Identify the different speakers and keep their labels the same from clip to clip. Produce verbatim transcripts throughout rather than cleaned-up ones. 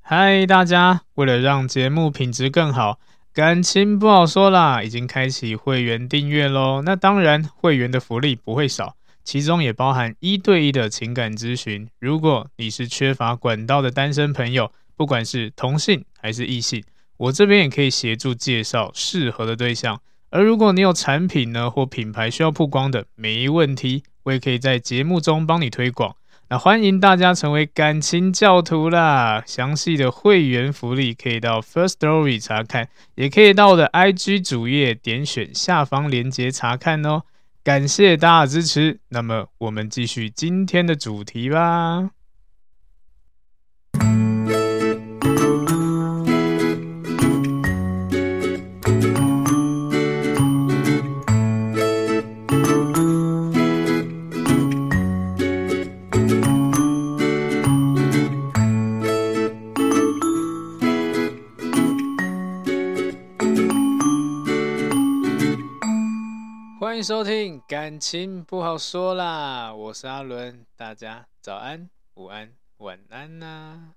Speaker 1: 嗨，大家！为了让节目品质更好，感情不好说啦，已经开启会员订阅咯。那当然，会员的福利不会少，其中也包含一对一的情感咨询。如果你是缺乏管道的单身朋友，不管是同性还是异性，我这边也可以协助介绍适合的对象。而如果你有产品呢或品牌需要曝光的，没问题，我也可以在节目中帮你推广。那欢迎大家成为感情教徒啦！详细的会员福利可以到 Firstory 查看，也可以到我的 I G 主页点选下方连结查看哦。感谢大家的支持，那么我们继续今天的主题吧。欢迎收听感情不好说啦，我是阿伦，大家早安、午安、晚安呐、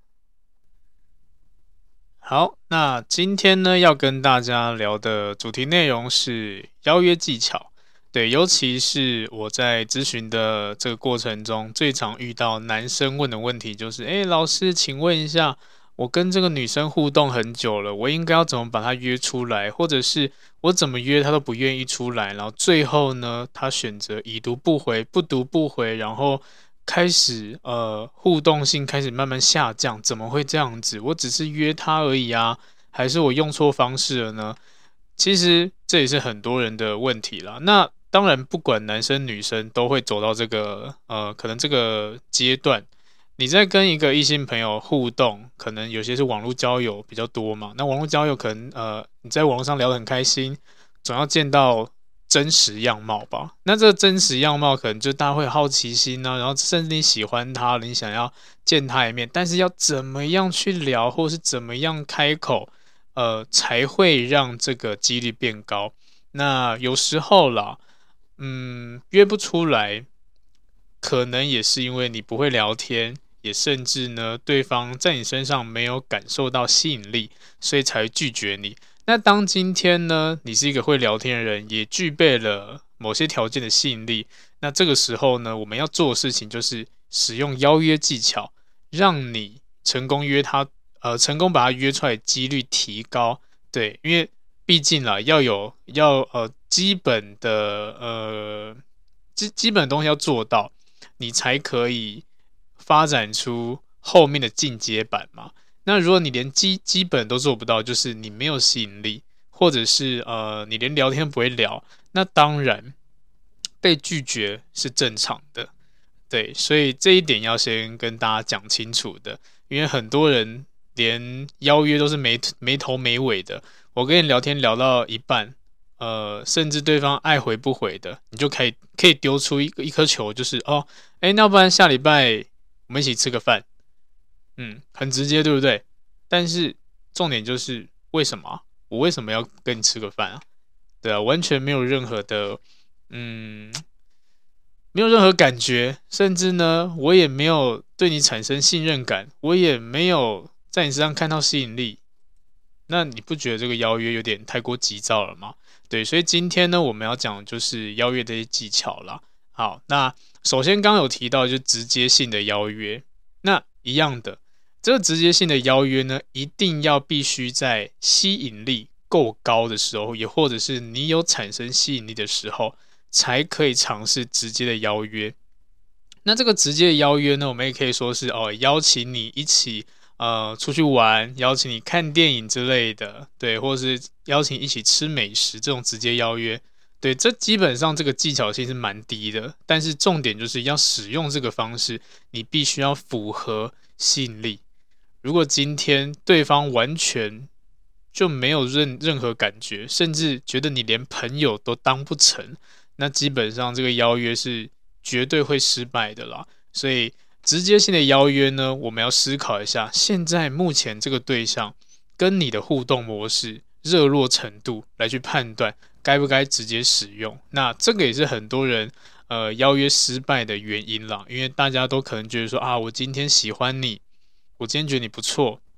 Speaker 1: 好，那今天呢要跟大家聊的主题内容是邀约技巧。对，尤其是我在咨询的这个过程中，最常遇到男生问的问题就是：哎，老师，请问一下，我跟这个女生互动很久了，我应该要怎么把她约出来？或者是我怎么约她都不愿意出来，然后最后呢，她选择已读不回，不读不回，然后开始呃互动性开始慢慢下降，怎么会这样子？我只是约她而已啊，还是我用错方式了呢？其实这也是很多人的问题啦。那当然，不管男生女生都会走到这个呃，可能这个阶段。你在跟一个异性朋友互动，可能有些是网络交友比较多嘛。那网络交友可能呃，你在网络上聊得很开心，总要见到真实样貌吧。那这个真实样貌可能就大家会有好奇心啊，然后甚至你喜欢他了，你想要见他一面，但是要怎么样去聊，或是怎么样开口，呃，才会让这个几率变高。那有时候啦。嗯，约不出来，可能也是因为你不会聊天，也甚至呢，对方在你身上没有感受到吸引力，所以才拒绝你。那当今天呢，你是一个会聊天的人，也具备了某些条件的吸引力，那这个时候呢，我们要做的事情就是使用邀约技巧，让你成功约他，呃，成功把他约出来的几率提高。对，因为毕竟啦，要有要呃基本的呃基基本的东西要做到，你才可以发展出后面的进阶版嘛。那如果你连基基本都做不到，就是你没有吸引力，或者是呃你连聊天不会聊，那当然被拒绝是正常的。对，所以这一点要先跟大家讲清楚的，因为很多人连邀约都是没没头没尾的。我跟你聊天聊到一半，呃，甚至对方爱回不回的，你就可以可以丢出一个一颗球，就是哦，哎，那不然下礼拜我们一起吃个饭，嗯，很直接，对不对？但是重点就是为什么啊我为什么要跟你吃个饭啊？对啊，完全没有任何的，嗯，没有任何感觉，甚至呢，我也没有对你产生信任感，我也没有在你身上看到吸引力。那你不觉得这个邀约有点太过急躁了吗？对，所以今天呢，我们要讲的就是邀约的一些技巧啦。好，那首先刚刚有提到就是直接性的邀约，那一样的，这个直接性的邀约呢，一定要必须在吸引力够高的时候，也或者是你有产生吸引力的时候，才可以尝试直接的邀约。那这个直接的邀约呢，我们也可以说是哦，邀请你一起呃出去玩，邀请你看电影之类的，对，或者是邀请一起吃美食这种直接邀约，对，这基本上这个技巧性是蛮低的，但是重点就是要使用这个方式，你必须要符合吸引力。如果今天对方完全就没有任任何感觉，甚至觉得你连朋友都当不成，那基本上这个邀约是绝对会失败的啦。所以直接性的邀约呢，我们要思考一下，现在目前这个对象跟你的互动模式、热络程度来去判断该不该直接使用。那这个也是很多人呃邀约失败的原因啦，因为大家都可能觉得说啊，我今天喜欢你，我今天觉得你不错，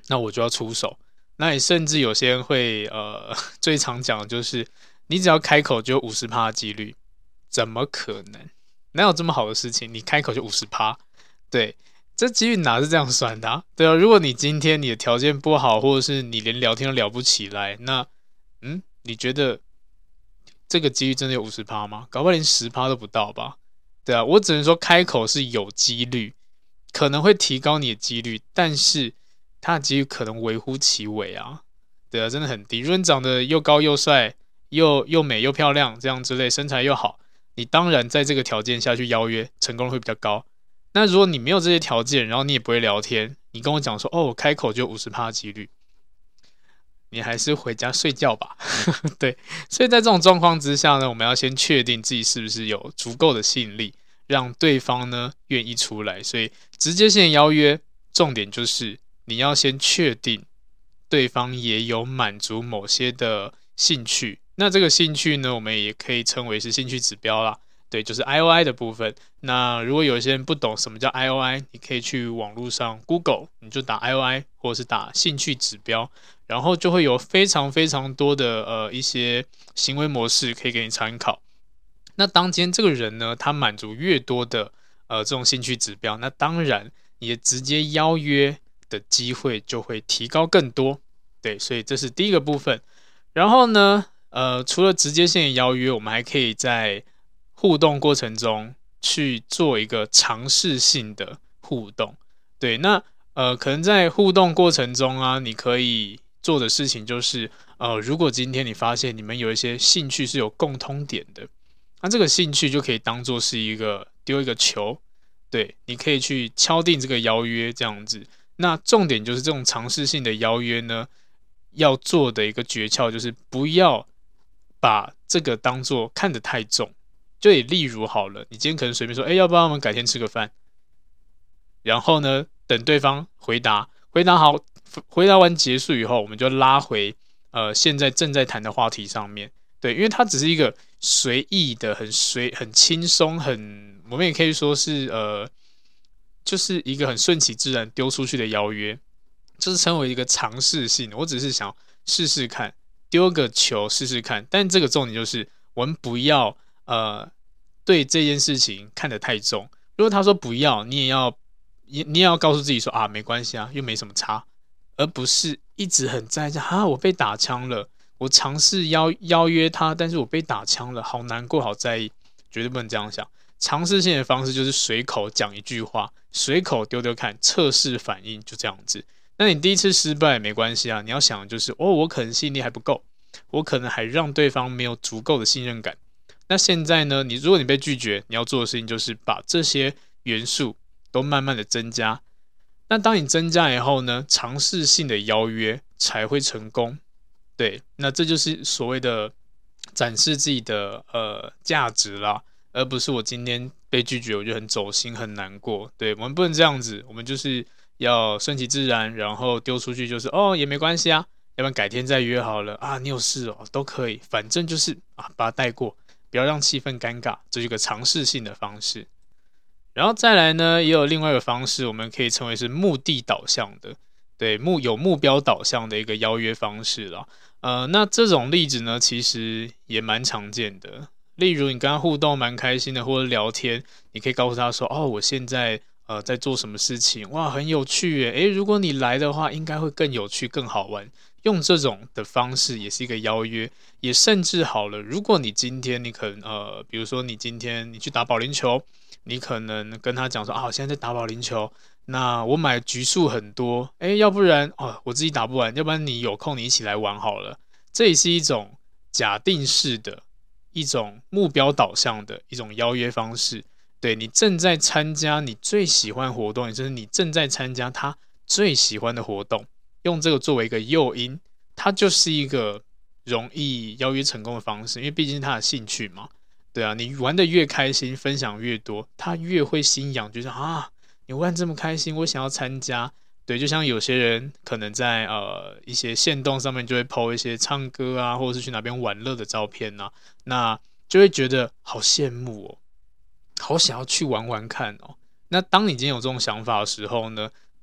Speaker 1: 那我就要出手。那也甚至有些人会呃，最常讲的就是你只要开口就有 百分之五十 的几率，怎么可能？哪有这么好的事情？你开口就 百分之五十？ 对，这几率哪是这样算的啊？对啊，如果你今天你的条件不好，或者是你连聊天都聊不起来，那嗯，你觉得这个几率真的有 百分之五十 吗？搞不好连 百分之十 都不到吧？对啊，我只能说开口是有几率，可能会提高你的几率，但是它的几率可能微乎其微啊。对啊，真的很低。如果你长得又高又帅，又又美又漂亮，这样之类，身材又好，你当然在这个条件下去邀约，成功率会比较高。那如果你没有这些条件，然后你也不会聊天，你跟我讲说，哦，我开口就 百分之五十 的几率，你还是回家睡觉吧。对，所以在这种状况之下呢，我们要先确定自己是不是有足够的吸引力，让对方呢愿意出来。所以直接性邀约，重点就是你要先确定对方也有满足某些的兴趣。那这个兴趣呢，我们也可以称为是兴趣指标啦。对，就是 I O I 的部分。那如果有些人不懂什么叫 I O I， 你可以去网络上 Google， 你就打 I O I 或者是打兴趣指标，然后就会有非常非常多的呃一些行为模式可以给你参考。那当今天这个人呢，他满足越多的呃这种兴趣指标，那当然你的直接邀约的机会就会提高更多。对，所以这是第一个部分。然后呢，呃，除了直接性的邀约，我们还可以在互动过程中去做一个尝试性的互动。对，那呃，可能在互动过程中啊，你可以做的事情就是，呃，如果今天你发现你们有一些兴趣是有共通点的，那这个兴趣就可以当做是一个丢一个球，对，你可以去敲定这个邀约这样子。那重点就是这种尝试性的邀约呢，要做的一个诀窍就是不要把这个当做看得太重。就也例如好了，你今天可能随便说，哎，要不要我们改天吃个饭？然后呢，等对方回答，回答好，回答完结束以后，我们就拉回呃现在正在谈的话题上面。对，因为它只是一个随意的、很随、很轻松、很，我们也可以说是呃，就是一个很顺其自然丢出去的邀约，就是称为一个尝试性的。我只是想试试看，丢个球试试看，但这个重点就是我们不要呃对这件事情看得太重。如果他说不要，你也要你你也要告诉自己说啊，没关系啊，又没什么差，而不是一直很在意啊，我被打枪了。我尝试邀邀约他，但是我被打枪了，好难过，好在意，绝对不能这样想。尝试性的方式就是随口讲一句话，随口丢丢看，测试反应，就这样子。那你第一次失败没关系啊，你要想的就是哦，我可能吸引力还不够，我可能还让对方没有足够的信任感。那现在呢，你如果你被拒绝，你要做的事情就是把这些元素都慢慢的增加。那当你增加以后呢，尝试性的邀约才会成功。对，那这就是所谓的展示自己的呃价值啦，而不是我今天被拒绝我就很走心很难过。对，我们不能这样子，我们就是要顺其自然，然后丢出去就是哦也没关系啊，要不然改天再约好了啊，你有事哦都可以，反正就是啊把它带过，不要让气氛尴尬，这是一个尝试性的方式。然后再来呢，也有另外一个方式，我们可以称为是目的导向的，对，目有目标导向的一个邀约方式啦。呃，那这种例子呢，其实也蛮常见的。例如，你跟他互动蛮开心的，或者聊天，你可以告诉他说：“哦，我现在呃在做什么事情？哇，很有趣耶！诶，如果你来的话，应该会更有趣、更好玩。”用这种的方式也是一个邀约，也甚至好了。如果你今天你可能呃，比如说你今天你去打保龄球，你可能跟他讲说：“啊，我现在在打保龄球。”那我买局数很多，哎，要不然哦，我自己打不完，要不然你有空你一起来玩好了。这也是一种假定式的、一种目标导向的一种邀约方式。对，你正在参加你最喜欢活动，也就是你正在参加他最喜欢的活动，用这个作为一个诱因，它就是一个容易邀约成功的方式，因为毕竟是他的兴趣嘛。对啊，你玩得越开心，分享越多，他越会心痒，就是啊。你玩这么开心，我想要参加。对，就像有些人可能在呃一些限动上面就会 po 一些唱歌啊，或者是去哪边玩乐的照片啊，那就会觉得好羡慕哦，好想要去玩玩看哦。那当你今天有这种想法的时候呢，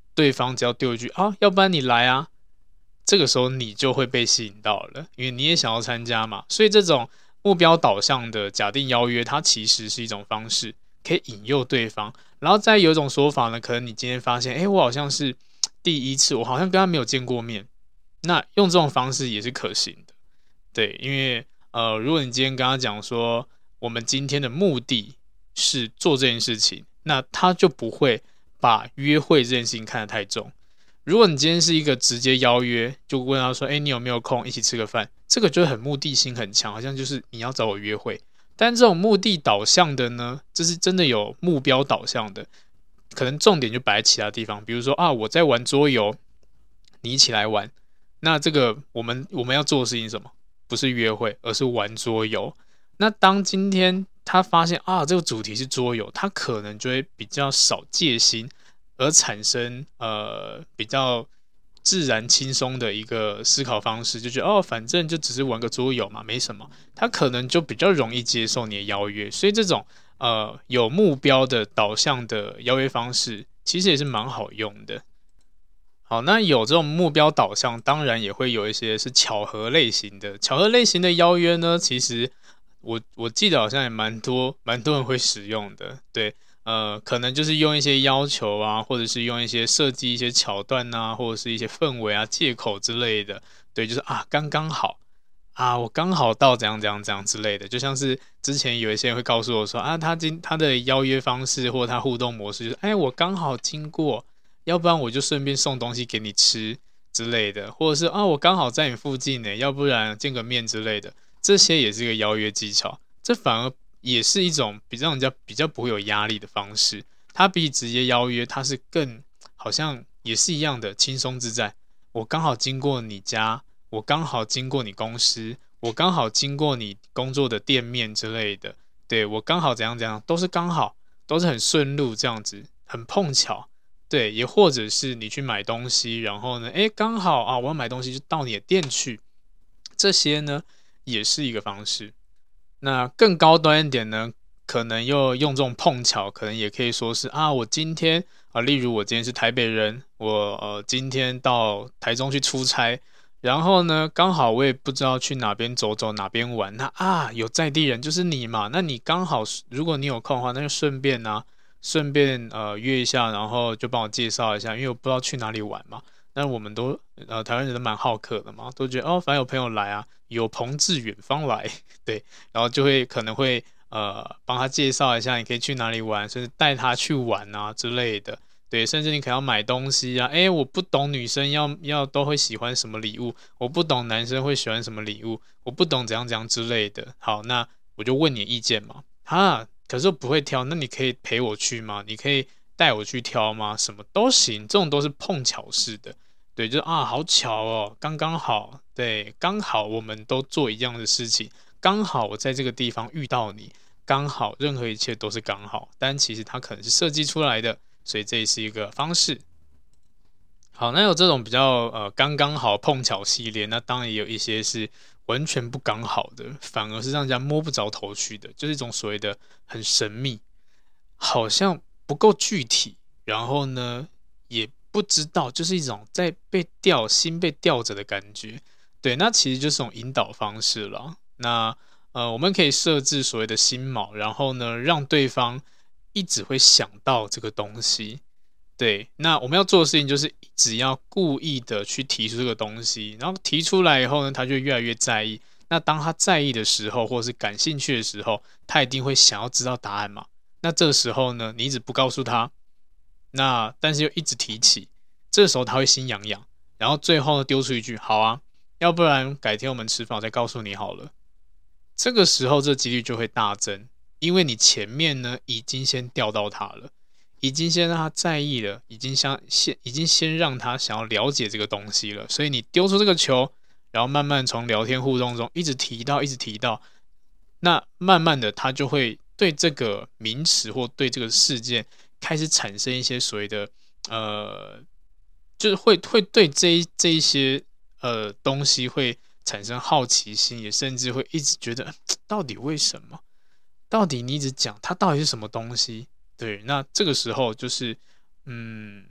Speaker 1: 对方只要丢一句啊，要不然你来啊，这个时候你就会被吸引到了，因为你也想要参加嘛。所以这种目标导向的假定邀约，它其实是一种方式，可以引诱对方。然后再有一种说法呢，可能你今天发现，哎，我好像是第一次，我好像跟他没有见过面，那用这种方式也是可行的。对，因为呃，如果你今天跟他讲说，我们今天的目的是做这件事情，那他就不会把约会这件事情看得太重。如果你今天是一个直接邀约，就问他说：“哎，你有没有空一起吃个饭？”这个就很目的性很强，好像就是你要找我约会。但这种目的导向的呢，这是真的有目标导向的，可能重点就摆在其他地方，比如说啊，我在玩桌游，你一起来玩。那这个我们我们要做的事情是什么？不是约会，而是玩桌游。那当今天他发现啊，这个主题是桌游，他可能就会比较少戒心，而产生呃比较自然轻松的一个思考方式，就觉得哦，反正就只是玩个桌游嘛，没什么。他可能就比较容易接受你的邀约，所以这种呃有目标的导向的邀约方式，其实也是蛮好用的。好，那有这种目标导向，当然也会有一些是巧合类型的。巧合类型的邀约呢，其实我我记得好像也蛮多蛮多人会使用的。对，呃，可能就是用一些要求啊，或者是用一些设计一些桥段啊，或者是一些氛围啊、借口之类的。对，就是啊，刚刚好啊，我刚好到怎样怎样怎样之类的。就像是之前有一些人会告诉我说啊，他今他的邀约方式或他互动模式就是，哎，我刚好经过。要不然我就顺便送东西给你吃之类的，或者是啊，我刚好在你附近呢，要不然见个面之类的，这些也是一个邀约技巧。这反而也是一种比让人家比较不会有压力的方式。它比直接邀约，它是更好像也是一样的轻松自在。我刚好经过你家，我刚好经过你公司，我刚好经过你工作的店面之类的，对我刚好怎样怎样，都是刚好，都是很顺路这样子，很碰巧。对，也或者是你去买东西，然后呢，哎，刚好啊，我要买东西就到你的店去，这些呢也是一个方式。那更高端一点呢，可能又用这种碰巧，可能也可以说是啊，我今天啊，例如我今天是台北人，我呃今天到台中去出差，然后呢，刚好我也不知道去哪边走走，哪边玩，那啊有在地人就是你嘛，那你刚好如果你有空的话，那就顺便啊。顺便呃约一下，然后就帮我介绍一下，因为我不知道去哪里玩嘛。但我们都呃台湾人都蛮好客的嘛，都觉得哦，反正有朋友来啊，有朋自远方来，对，然后就会可能会呃帮他介绍一下，你可以去哪里玩，甚至带他去玩啊之类的，对，甚至你可能要买东西啊，诶，我不懂女生要要都会喜欢什么礼物，我不懂男生会喜欢什么礼物，我不懂怎样怎样之类的。好，那我就问你意见嘛，哈。可是我不会挑，那你可以陪我去吗？你可以带我去挑吗？什么都行，这种都是碰巧式的，对，就是啊，好巧哦，刚刚好，对，刚好我们都做一样的事情，刚好我在这个地方遇到你，刚好任何一切都是刚好，但其实它可能是设计出来的，所以这也是一个方式。好，那有这种比较呃刚刚好碰巧系列，那当然也有一些是完全不刚好的，反而是让人家摸不着头绪的，就是一种所谓的很神秘，好像不够具体，然后呢也不知道，就是一种在被吊心被吊着的感觉。对，那其实就是种引导方式了。那呃，我们可以设置所谓的心锚，然后呢让对方一直会想到这个东西。对，那我们要做的事情就是只要故意的去提出这个东西，然后提出来以后呢，他就越来越在意。那当他在意的时候，或是感兴趣的时候，他一定会想要知道答案嘛。那这个时候呢，你一直不告诉他，那但是又一直提起，这时候他会心痒痒，然后最后呢丢出一句：“好啊，要不然改天我们吃饭我再告诉你好了。”这个时候这几率就会大增，因为你前面呢已经先钓到他了。已经先让他在意了，已经先先已经先让他想要了解这个东西了，所以你丢出这个球，然后慢慢从聊天互动中一直提到，一直提到，那慢慢的他就会对这个名词或对这个事件开始产生一些所谓的呃，就是会会对这一这一些呃东西会产生好奇心，也甚至会一直觉得到底为什么？到底你一直讲它到底是什么东西？对，那这个时候就是，嗯，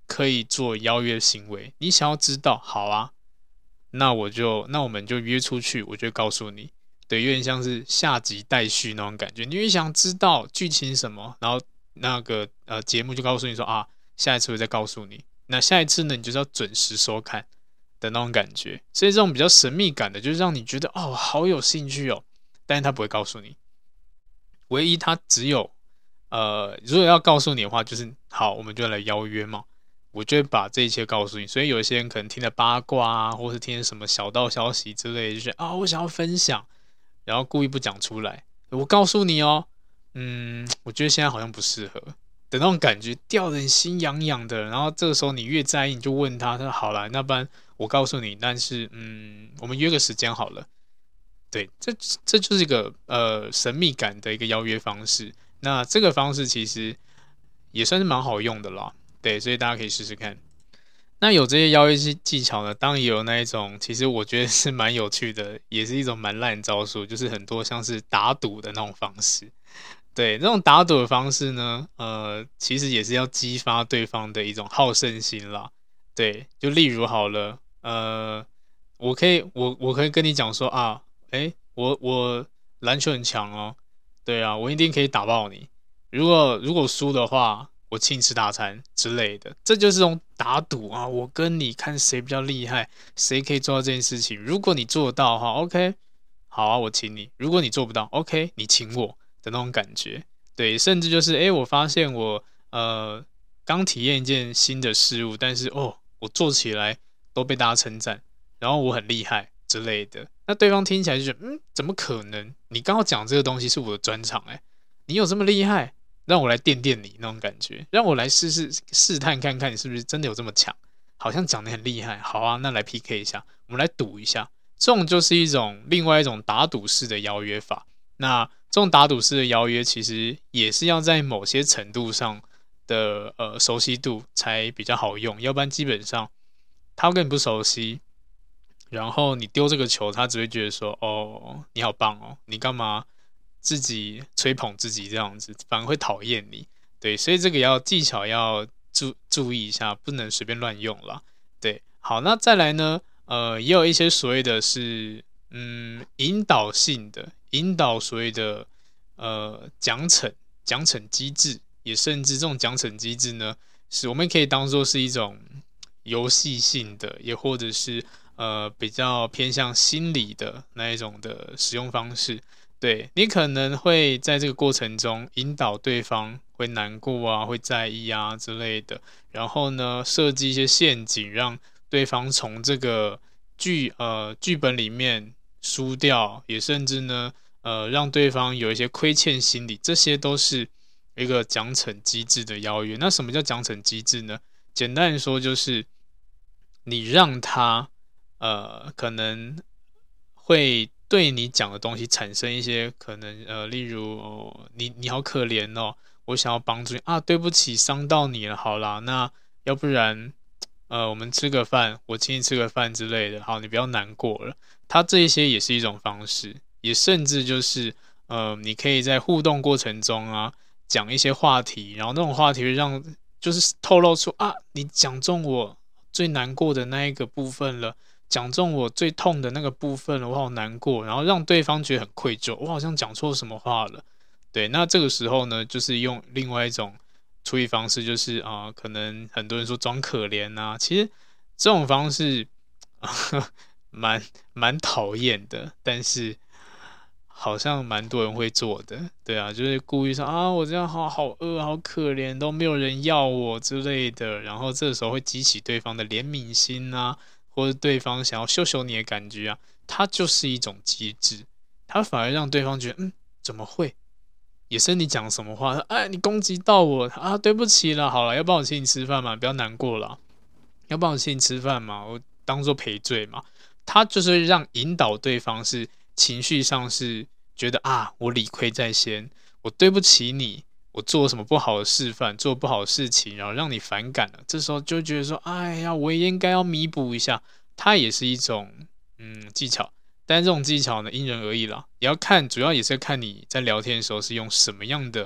Speaker 1: 可以做邀约行为，你想要知道，好啊，那我就那我们就约出去，我就告诉你。对，有点像是下集待续那种感觉。你越想知道剧情什么，然后那个呃节目就告诉你说啊，下一次我再告诉你。那下一次呢，你就是要准时收看的那种感觉。所以这种比较神秘感的，就是让你觉得哦，好有兴趣哦，但是他不会告诉你。唯一他只有呃，如果要告诉你的话，就是好，我们就来邀约嘛。我就会把这一切告诉你，所以有些人可能听了八卦啊，或是听什么小道消息之类的，就是啊，我想要分享，然后故意不讲出来。我告诉你哦，嗯，我觉得现在好像不适合的那种感觉，吊得你心痒痒的。然后这个时候你越在意，你就问他，他说好了，那不然我告诉你，但是嗯，我们约个时间好了。对，这这就是一个呃神秘感的一个邀约方式。那这个方式其实也算是蛮好用的啦。对，所以大家可以试试看。那有这些邀约技巧呢，当然也有那一种，其实我觉得是蛮有趣的，也是一种蛮烂招数，就是很多像是打赌的那种方式。对，那种打赌的方式呢，呃，其实也是要激发对方的一种好胜心啦。对，就例如好了，呃，我可以，我我可以跟你讲说啊，诶，我我篮球很强哦，对啊，我一定可以打爆你。如果如果输的话，我请你吃大餐之类的，这就是这种打赌啊！我跟你看谁比较厉害，谁可以做到这件事情。如果你做得到的话，OK，好啊，我请你；如果你做不到，OK，你请我的那种感觉。对，甚至就是哎，我发现我呃刚体验一件新的事物，但是哦，我做起来都被大家称赞，然后我很厉害之类的。那对方听起来就觉得，嗯，怎么可能？你刚刚讲这个东西是我的专长，哎，你有这么厉害？让我来电电你那种感觉，让我来试试试探看看你是不是真的有这么强，好像讲得很厉害。好啊，那来 P K 一下，我们来赌一下。这种就是一种另外一种打赌式的邀约法。那这种打赌式的邀约，其实也是要在某些程度上的呃熟悉度才比较好用，要不然基本上他跟你不熟悉，然后你丢这个球，他只会觉得说，哦，你好棒哦，你干嘛？自己吹捧自己这样子，反而会讨厌你。对，所以这个要技巧要注注意一下，不能随便乱用啦。对，好，那再来呢？呃，也有一些所谓的是嗯引导性的，引导所谓的呃奖惩奖惩机制，也甚至这种奖惩机制呢，是我们可以当做是一种游戏性的，也或者是呃比较偏向心理的那一种的使用方式。对，你可能会在这个过程中引导对方会难过啊，会在意啊之类的，然后呢，设计一些陷阱，让对方从这个剧呃剧本里面输掉，也甚至呢，呃，让对方有一些亏欠心理，这些都是一个奖惩机制的邀约。那什么叫奖惩机制呢？简单的说，就是你让他呃可能会对你讲的东西产生一些可能，呃，例如，哦、你你好可怜哦，我想要帮助你啊，对不起，伤到你了，好啦，那要不然，呃，我们吃个饭，我请你吃个饭之类的，好，你不要难过了。他这一些也是一种方式，也甚至就是，呃，你可以在互动过程中啊，讲一些话题，然后那种话题会让，就是透露出啊，你讲中我最难过的那一个部分了。讲中我最痛的那个部分了，我好难过，然后让对方觉得很愧疚，我好像讲错什么话了。对，那这个时候呢，就是用另外一种处理方式，就是啊、呃，可能很多人说装可怜啊，其实这种方式蛮蛮讨厌的，但是好像蛮多人会做的。对啊，就是故意说啊，我这样好好饿，好可怜，都没有人要我之类的，然后这时候会激起对方的怜悯心啊。或者对方想要秀秀你的感觉啊，它就是一种机制，它反而让对方觉得，嗯，怎么会？也是你讲什么话，哎，你攻击到我啊，对不起啦，好了，要不然我请你吃饭嘛，不要难过了，要不然我请你吃饭嘛，我当做赔罪嘛。他就是让引导对方是情绪上是觉得啊，我理亏在先，我对不起你。我做了什么不好的示范，做不好的事情，然后让你反感了，这时候就觉得说，哎呀，我也应该要弥补一下，它也是一种嗯技巧，但这种技巧呢因人而异啦，也要看，主要也是看你在聊天的时候是用什么样的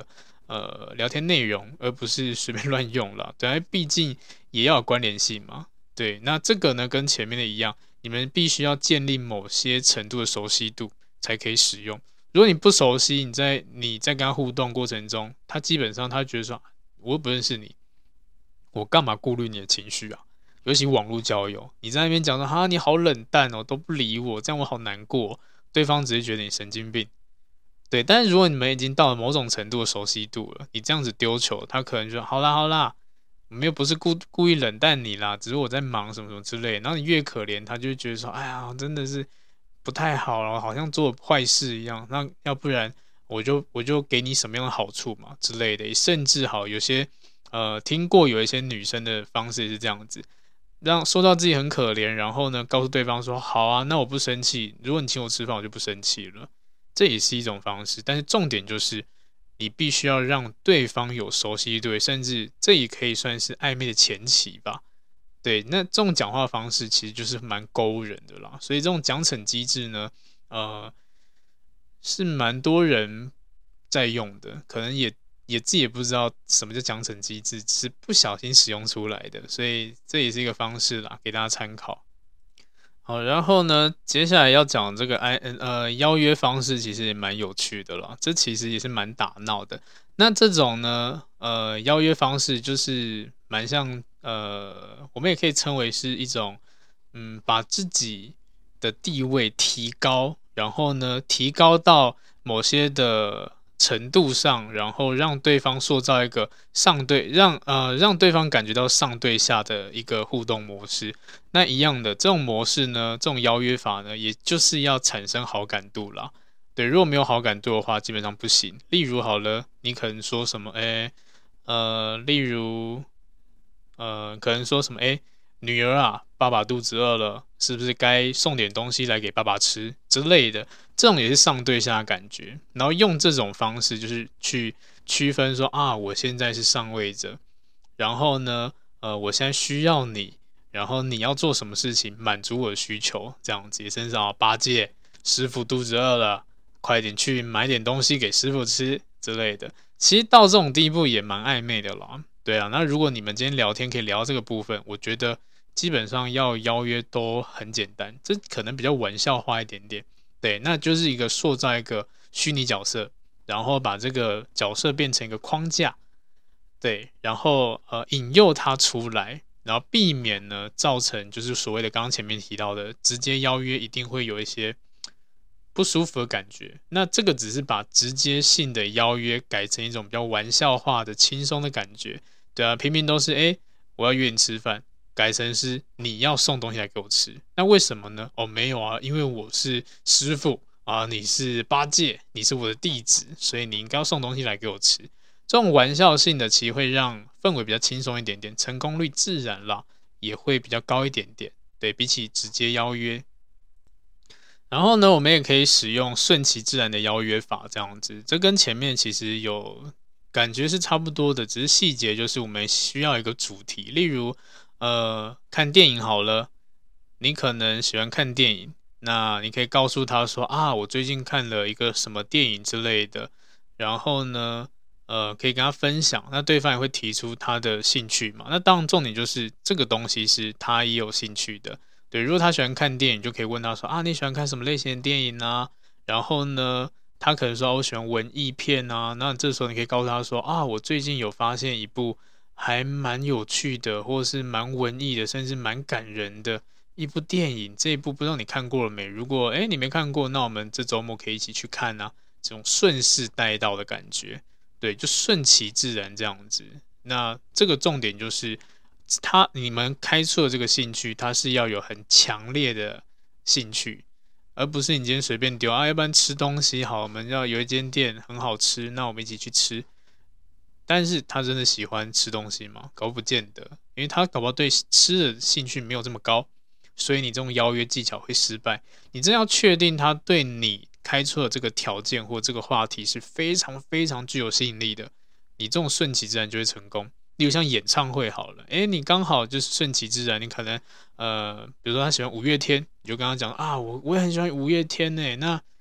Speaker 1: 呃聊天内容，而不是随便乱用啦。对，毕竟也要有关联性嘛。对，那这个呢跟前面的一样，你们必须要建立某些程度的熟悉度才可以使用。如果你不熟悉，你在你在跟他互动过程中，他基本上他觉得说，我又不认识你，我干嘛顾虑你的情绪啊？尤其网络交友，你在那边讲说哈你好冷淡哦，都不理我，这样我好难过。对方只是觉得你神经病。对，但是如果你们已经到了某种程度的熟悉度了，你这样子丢球，他可能就好啦好啦，我们又不是故故意冷淡你啦，只是我在忙什么什么之类的。然后你越可怜，他就会觉得说，哎呀，真的是不太好了，好像做坏事一样。那要不然我就我就给你什么样的好处嘛之类的。甚至好有些呃听过有一些女生的方式是这样子，让说到自己很可怜，然后呢告诉对方说，好啊，那我不生气，如果你请我吃饭，我就不生气了。这也是一种方式，但是重点就是你必须要让对方有熟悉度，甚至这也可以算是暧昧的前期吧。对，那这种讲话方式其实就是蛮勾人的啦，所以这种奖惩机制呢，呃，是蛮多人在用的，可能也也自己也不知道什么叫奖惩机制，只是不小心使用出来的，所以这也是一个方式啦，给大家参考。好，然后呢，接下来要讲这个 I N 呃邀约方式，其实也蛮有趣的啦。这其实也是蛮打闹的。那这种呢，呃，邀约方式就是蛮像呃，我们也可以称为是一种，嗯，把自己的地位提高，然后呢，提高到某些的程度上，然后让对方塑造一个上对，让呃让对方感觉到上对下的一个互动模式。那一样的这种模式呢，这种邀约法呢，也就是要产生好感度啦。对，如果没有好感度的话，基本上不行。例如好了，你可能说什么，哎，呃，例如，呃，可能说什么，哎，女儿啊，爸爸肚子饿了，是不是该送点东西来给爸爸吃之类的？这种也是上对下的感觉。然后用这种方式，就是去区分说啊，我现在是上位者，然后呢，呃，我现在需要你。然后你要做什么事情满足我的需求，这样子也身上八戒师傅肚子饿了，快点去买点东西给师傅吃之类的。其实到这种地步也蛮暧昧的啦。对啊，那如果你们今天聊天可以聊到这个部分，我觉得基本上要邀约都很简单，这可能比较玩笑化一点点。对，那就是一个塑造一个虚拟角色，然后把这个角色变成一个框架，对，然后呃引诱他出来。然后避免呢造成就是所谓的刚刚前面提到的直接邀约一定会有一些不舒服的感觉。那这个只是把直接性的邀约改成一种比较玩笑化的轻松的感觉。对啊，平平都是哎我要约你吃饭，改成是你要送东西来给我吃。那为什么呢？哦没有啊，因为我是师傅啊，你是八戒，你是我的弟子，所以你应该要送东西来给我吃。这种玩笑性的其实会让氛围比较轻松一点点，成功率自然啦也会比较高一点点。对，比起直接邀约，然后呢，我们也可以使用顺其自然的邀约法，这样子，这跟前面其实有感觉是差不多的，只是细节就是我们需要一个主题，例如呃看电影好了，你可能喜欢看电影，那你可以告诉他说啊，我最近看了一个什么电影之类的，然后呢。呃，可以跟他分享，那对方也会提出他的兴趣嘛？那当然，重点就是这个东西是他也有兴趣的。对，如果他喜欢看电影，就可以问他说啊，你喜欢看什么类型的电影啊？然后呢，他可能说、啊、我喜欢文艺片啊。那这时候你可以告诉他说啊，我最近有发现一部还蛮有趣的，或者是蛮文艺的，甚至蛮感人的一部电影。这一部不知道你看过了没？如果哎你没看过，那我们这周末可以一起去看啊。这种顺势带到的感觉。对，就顺其自然这样子。那这个重点就是，他你们开出的这个兴趣，它是要有很强烈的兴趣，而不是你今天随便丢啊。要不然吃东西好，我们要有一间店很好吃，那我们一起去吃。但是他真的喜欢吃东西吗？搞不见得，因为他搞不好对吃的兴趣没有这么高，所以你这种邀约技巧会失败。你真要确定他对你开出的这个条件或这个话题是非常非常具有吸引力的，你这种顺其自然就会成功。例如像演唱会好了，诶，你刚好就是顺其自然，你可能呃，比如说他喜欢五月天，你就跟他讲啊，我我也很喜欢五月天呢。那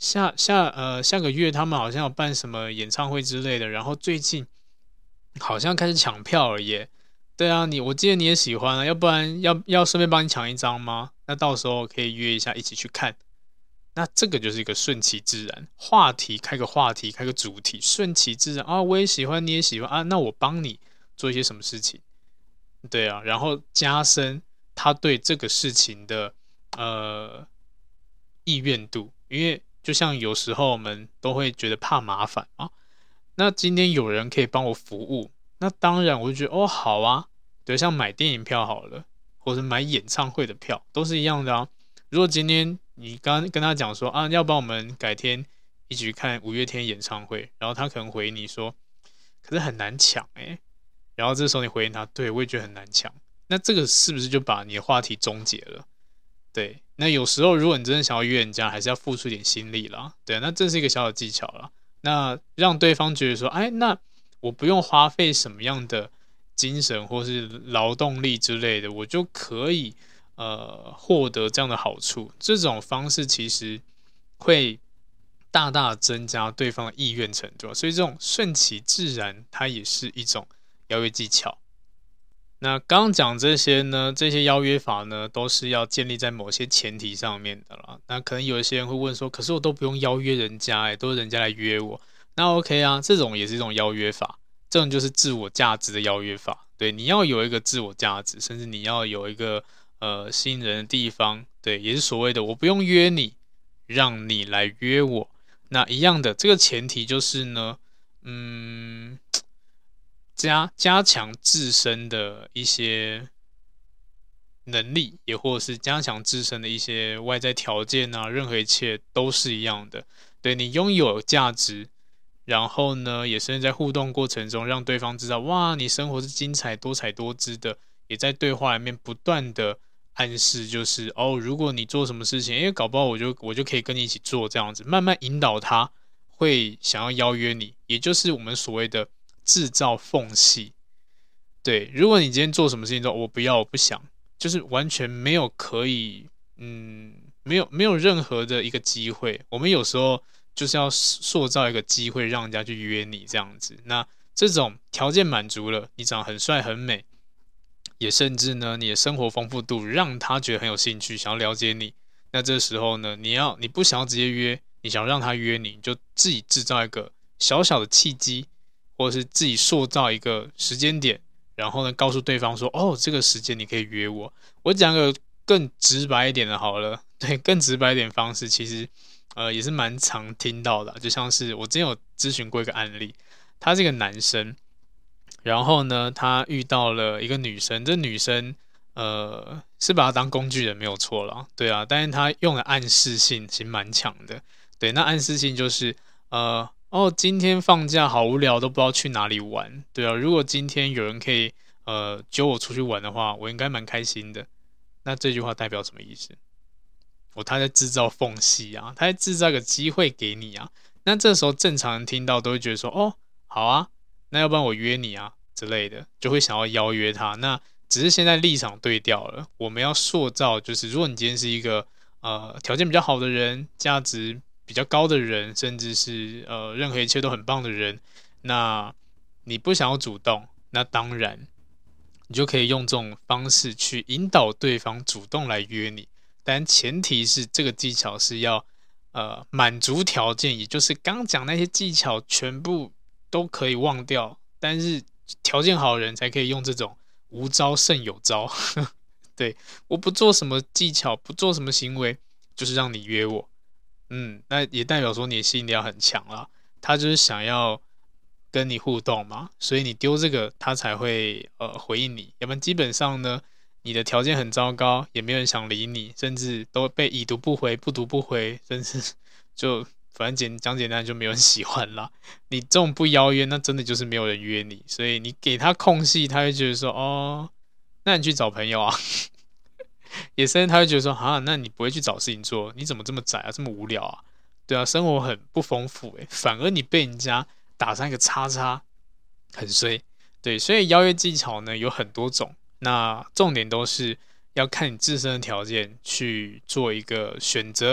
Speaker 1: 下下呃下个月他们好像有办什么演唱会之类的，然后最近好像开始抢票了耶。对啊，你我记得你也喜欢啊，要不然要要顺便帮你抢一张吗？那到时候可以约一下一起去看。那这个就是一个顺其自然，话题开个话题，开个主题，顺其自然啊，我也喜欢，你也喜欢啊，那我帮你做一些什么事情，对啊，然后加深他对这个事情的呃意愿度，因为就像有时候我们都会觉得怕麻烦啊，那今天有人可以帮我服务，那当然我就觉得哦好啊，对，像买电影票好了，或者买演唱会的票都是一样的啊。如果今天你刚跟他讲说啊，要帮我们改天一起去看五月天演唱会，然后他可能回你说，可是很难抢哎、欸，然后这时候你回应他，对我也觉得很难抢，那这个是不是就把你的话题终结了？对，那有时候如果你真的想要约人家，还是要付出一点心力啦。对，那这是一个小小技巧啦。那让对方觉得说，哎，那我不用花费什么样的精神或是劳动力之类的，我就可以呃获得这样的好处。这种方式其实会大大增加对方的意愿程度，所以这种顺其自然，它也是一种邀约技巧。那刚刚讲这些呢，这些邀约法呢，都是要建立在某些前提上面的啦。那可能有一些人会问说，可是我都不用邀约人家、欸，都是人家来约我。那 OK 啊，这种也是一种邀约法，这种就是自我价值的邀约法。对，你要有一个自我价值，甚至你要有一个呃吸引人的地方，对，也是所谓的我不用约你，让你来约我。那一样的，这个前提就是呢，嗯。加加强自身的一些能力，也或者是加强自身的一些外在条件啊，任何一切都是一样的。对你拥有价值，然后呢，也是在互动过程中让对方知道，哇，你生活是精彩多彩多姿的，也在对话里面不断的暗示，就是哦，如果你做什么事情，因为搞不好我就我就可以跟你一起做这样子，慢慢引导他会想要邀约你，也就是我们所谓的制造缝隙。对，如果你今天做什么事情都我不要，我不想，就是完全没有可以，嗯，没有没有任何的一个机会。我们有时候就是要塑造一个机会，让人家去约你这样子。那这种条件满足了，你长得很帅很美，也甚至呢，你的生活丰富度让他觉得很有兴趣，想要了解你。那这时候呢，你要你不想要直接约，你想让他约你，你就自己制造一个小小的契机，或者是自己塑造一个时间点。然后呢，告诉对方说，哦，这个时间你可以约我。我讲个更直白一点的好了，对，更直白一点的方式，其实呃也是蛮常听到的，就像是我之前有咨询过一个案例，他是一个男生，然后呢，他遇到了一个女生，这女生呃是把他当工具人没有错啦，对啊，但是他用的暗示性其实蛮强的，对，那暗示性就是呃。哦，今天放假好无聊，都不知道去哪里玩。对啊，如果今天有人可以呃揪我出去玩的话，我应该蛮开心的。那这句话代表什么意思？哦，他在制造缝隙啊，他在制造一个机会给你啊。那这时候正常人听到都会觉得说，哦，好啊，那要不然我约你啊之类的，就会想要邀约他。那只是现在立场对调了，我们要塑造就是，如果你今天是一个呃条件比较好的人，价值比较高的人，甚至是呃任何一切都很棒的人，那你不想要主动，那当然你就可以用这种方式去引导对方主动来约你，但前提是这个技巧是要呃满足条件，也就是刚讲那些技巧全部都可以忘掉，但是条件好的人才可以用这种无招胜有招。对，我不做什么技巧，不做什么行为，就是让你约我。嗯，那也代表说你的吸引力要很强啦。他就是想要跟你互动嘛，所以你丢这个，他才会呃回应你。要不然基本上呢，你的条件很糟糕，也没有人想理你，甚至都被已读不回、不读不回，甚至就反正简讲简单就没有人喜欢啦。你这种不邀约，那真的就是没有人约你，所以你给他空隙，他会觉得说哦，那你去找朋友啊。也甚至他会觉得说啊，那你不会去找事情做，你怎么这么窄啊，这么无聊啊？对啊，生活很不丰富诶，反而你被人家打上一个叉叉，很衰。对，所以邀约技巧呢有很多种，那重点都是要看你自身的条件去做一个选择，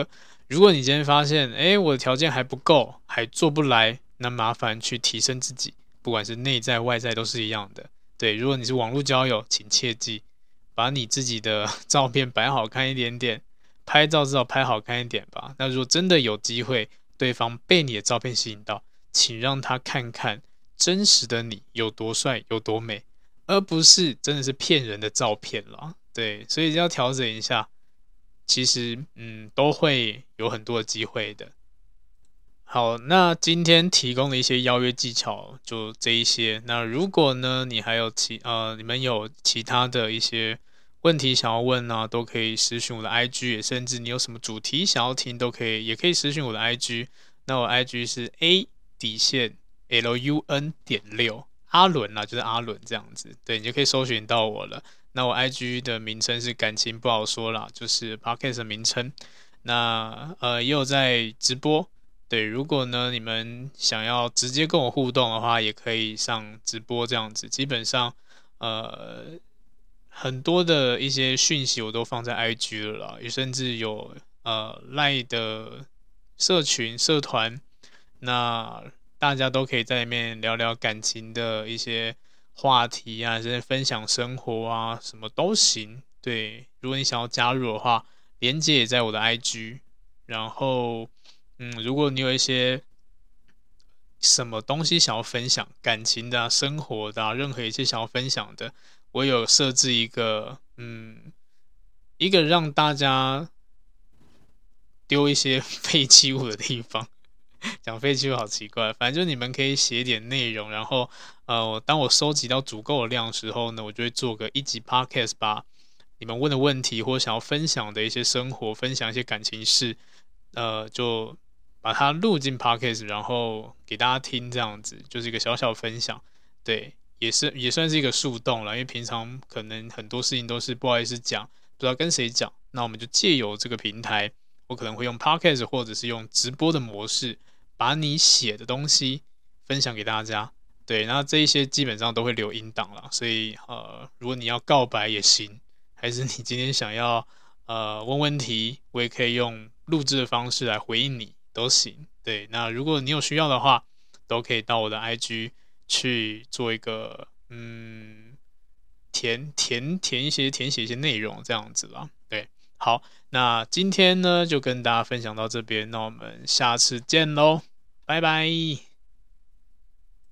Speaker 1: 如果你今天发现，哎，我的条件还不够，还做不来，那麻烦去提升自己，不管是内在外在都是一样的。对，如果你是网络交友，请切记把你自己的照片摆好看一点点，拍照至少拍好看一点吧。那如果真的有机会，对方被你的照片吸引到，请让他看看真实的你有多帅有多美，而不是真的是骗人的照片啦。对，所以要调整一下。其实，嗯，都会有很多的机会的。好，那今天提供的一些邀约技巧就这一些。那如果呢，你还有其呃，你们有其他的一些问题想要问呢、啊，都可以私讯我的 I G， 也甚至你有什么主题想要听，都可以，也可以私讯我的 I G。那我 I G 是 A 底线 L U N 点六，阿伦啦，就是阿伦这样子。对，你就可以搜寻到我了。那我 I G 的名称是感情不好说啦，就是 Podcast 的名称。那呃也有在直播，对，如果呢你们想要直接跟我互动的话，也可以上直播这样子。基本上呃很多的一些讯息我都放在 I G 了啦，也甚至有呃 Line 的社群社团，那大家都可以在里面聊聊感情的一些话题啊，甚至分享生活啊，什么都行。对，如果你想要加入的话，连接也在我的 I G。然后，嗯，如果你有一些什么东西想要分享，感情的啊、生活的啊，任何一切想要分享的，我有设置一个，嗯，一个让大家丢一些废弃物的地方。讲废弃物好奇怪，反正就你们可以写点内容，然后呃，当我收集到足够的量的时候呢，我就会做个一集 podcast， 把你们问的问题或想要分享的一些生活、分享一些感情事，呃，就把它录进 podcast， 然后给大家听，这样子就是一个小小分享，对，也是也算是一个树洞了，因为平常可能很多事情都是不好意思讲，不知道跟谁讲，那我们就借由这个平台。我可能会用 podcast 或者是用直播的模式，把你写的东西分享给大家。对，那这一些基本上都会留音档啦，所以呃，如果你要告白也行，还是你今天想要呃问问题，我也可以用录制的方式来回应你，都行。对，那如果你有需要的话，都可以到我的 I G 去做一个嗯填填填一些填写一些内容这样子啦。对。好，那今天呢就跟大家分享到这边，那我们下次见喽，拜拜。